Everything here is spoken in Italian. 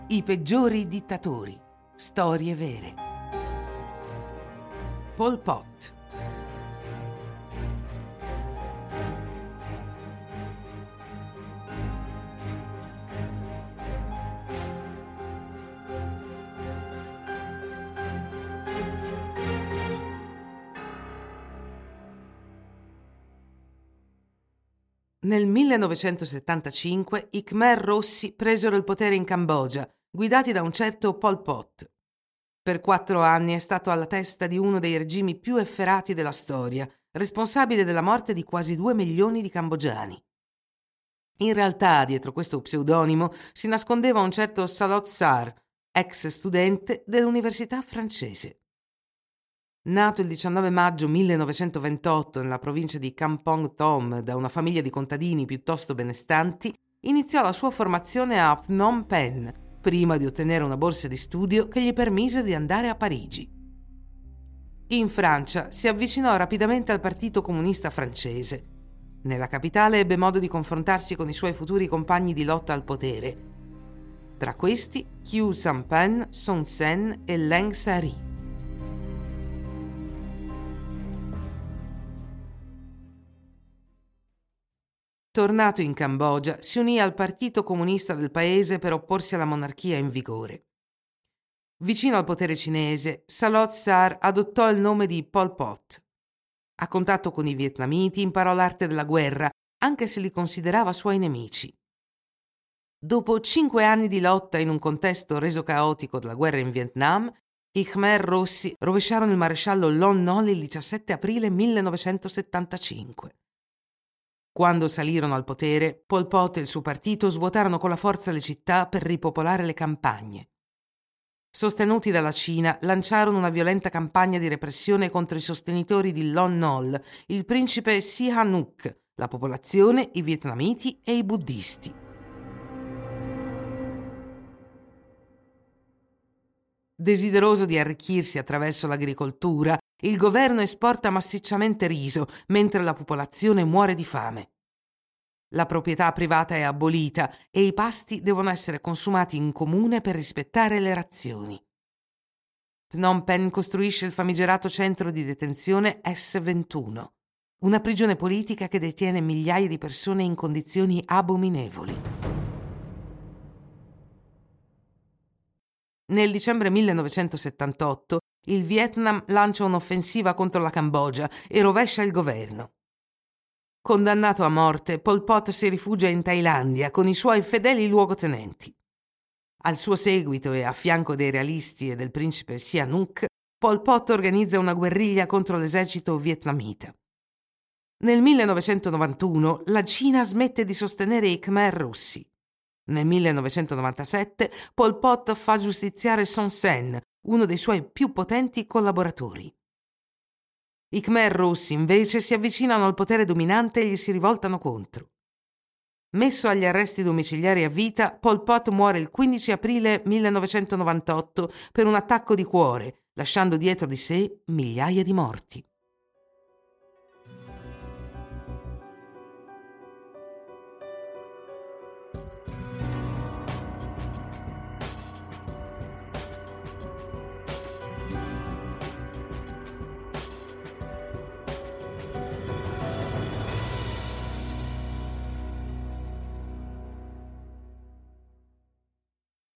I peggiori dittatori. Storie vere. Pol Pot. Nel 1975 i Khmer Rossi presero il potere in Cambogia, guidati da un certo Pol Pot. Per 4 anni è stato alla testa di uno dei regimi più efferati della storia, responsabile della morte di quasi 2 milioni di cambogiani. In realtà, dietro questo pseudonimo si nascondeva un certo Salot Sar, ex studente dell'università francese. Nato il 19 maggio 1928 nella provincia di Kampong Thom da una famiglia di contadini piuttosto benestanti, iniziò la sua formazione a Phnom Penh, prima di ottenere una borsa di studio che gli permise di andare a Parigi. In Francia si avvicinò rapidamente al Partito Comunista francese. Nella capitale ebbe modo di confrontarsi con i suoi futuri compagni di lotta al potere. Tra questi Khieu Samphan, Son Sen e Leng Sari. Tornato in Cambogia, si unì al Partito Comunista del paese per opporsi alla monarchia in vigore. Vicino al potere cinese, Salot Sar adottò il nome di Pol Pot. A contatto con i vietnamiti imparò l'arte della guerra, anche se li considerava suoi nemici. Dopo 5 anni di lotta in un contesto reso caotico dalla guerra in Vietnam, i Khmer Rossi rovesciarono il maresciallo Lon Nol il 17 aprile 1975. Quando salirono al potere, Pol Pot e il suo partito svuotarono con la forza le città per ripopolare le campagne. Sostenuti dalla Cina, lanciarono una violenta campagna di repressione contro i sostenitori di Lon Nol, il principe Sihanouk, la popolazione, i vietnamiti e i buddisti. Desideroso di arricchirsi attraverso l'agricoltura, il governo esporta massicciamente riso, mentre la popolazione muore di fame. La proprietà privata è abolita e i pasti devono essere consumati in comune per rispettare le razioni. Phnom Penh costruisce il famigerato centro di detenzione S21, una prigione politica che detiene migliaia di persone in condizioni abominevoli. Nel dicembre 1978 il Vietnam lancia un'offensiva contro la Cambogia e rovescia il governo. Condannato a morte, Pol Pot si rifugia in Thailandia con i suoi fedeli luogotenenti. Al suo seguito e a fianco dei realisti e del principe Sihanouk, Pol Pot organizza una guerriglia contro l'esercito vietnamita. Nel 1991 la Cina smette di sostenere i Khmer Rossi. Nel 1997 Pol Pot fa giustiziare Son Sen, uno dei suoi più potenti collaboratori. I Khmer Rossi invece si avvicinano al potere dominante e gli si rivoltano contro. Messo agli arresti domiciliari a vita, Pol Pot muore il 15 aprile 1998 per un attacco di cuore, lasciando dietro di sé migliaia di morti.